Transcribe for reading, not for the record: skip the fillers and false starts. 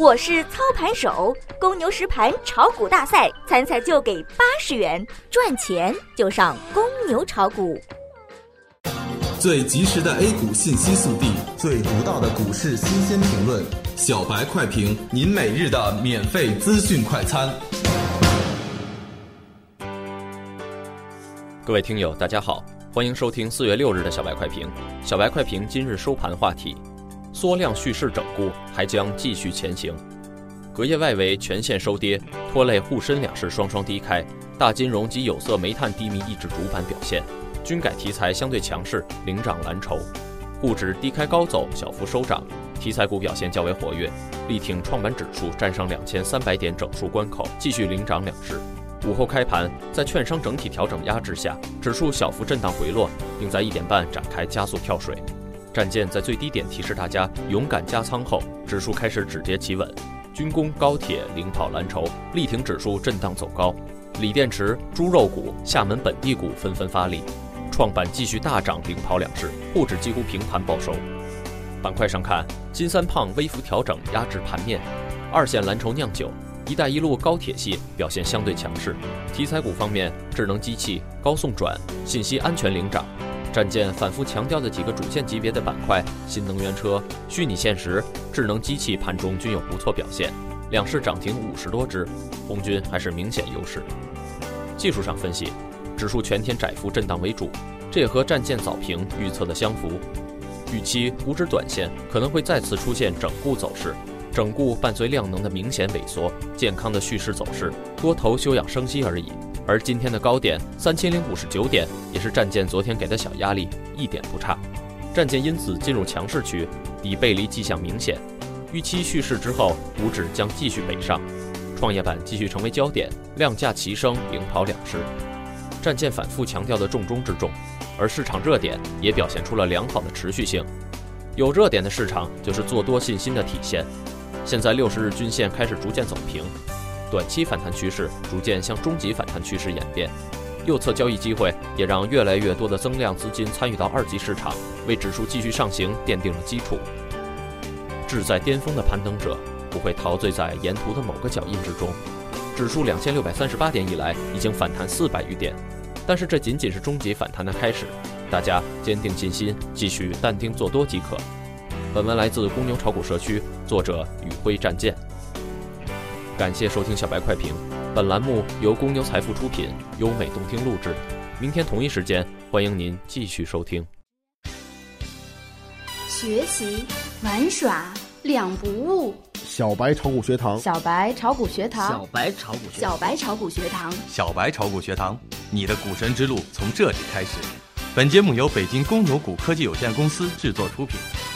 我是操盘手，公牛实盘炒股大赛，参赛就给80元，赚钱就上公牛炒股。 最及时的 A 股信息速递，最独到的股市新鲜评论，小白快评，您每日的免费资讯快餐。 各位听友大家好，欢迎收听4月6日的小白快评。小白快评今日收盘话题：缩量蓄势整固还将继续前行。隔夜外围全线收跌，拖累沪深两市双双低开，大金融及有色煤炭低迷抑制主板表现，军改题材相对强势，领涨蓝筹。沪指低开高走，小幅收涨，题材股表现较为活跃，力挺创板指数站上2300点整数关口，继续领涨两市。午后开盘，在券商整体调整压制下，指数小幅震荡回落，并在1点半展开加速跳水。战舰在最低点提示大家勇敢加仓后，指数开始止跌企稳，军工、高铁领跑蓝筹，力挺指数震荡走高。锂电池、猪肉股、厦门本地股纷纷发力，创板继续大涨领跑两市，沪指几乎平盘报收。板块上看，金三胖微幅调整压制盘面，二线蓝筹酿酒、一带一路高铁系表现相对强势。题材股方面，智能机器、高送转、信息安全领涨。战舰反复强调的几个主线级别的板块，新能源车、虚拟现实、智能机器盘中均有不错表现，两市涨停50多只，红军还是明显优势。技术上分析，指数全天窄幅震荡为主，这也和战舰早评预测的相符。预期股指短线可能会再次出现整固走势，整固伴随量能的明显萎缩，健康的蓄势走势，多头休养生息而已。而今天的高点3059点也是战舰昨天给的小压力，一点不差。战舰因此进入强势区，底背离迹象明显，预期蓄势之后，股指将继续北上，创业板继续成为焦点，量价齐升，领跑两市。战舰反复强调的重中之重，而市场热点也表现出了良好的持续性。有热点的市场就是做多信心的体现。现在60日均线开始逐渐走平，短期反弹趋势逐渐向中级反弹趋势演变，右侧交易机会也让越来越多的增量资金参与到二级市场，为指数继续上行奠定了基础。志在巅峰的攀登者不会陶醉在沿途的某个脚印之中，指数2638点以来已经反弹400余点，但是这仅仅是中级反弹的开始，大家坚定信心，继续淡定做多即可。本文来自公牛炒股社区，作者宇辉战舰。感谢收听小白快评，本栏目由公牛财富出品，优美动听录制。明天同一时间，欢迎您继续收听。 学习、玩耍两不误。 小白炒股学堂， 小白炒股学堂， 小白炒股学堂， 小白炒股学堂， 小白炒股学堂，你的股神之路从这里开始。本节目由北京公牛股科技有限公司制作出品。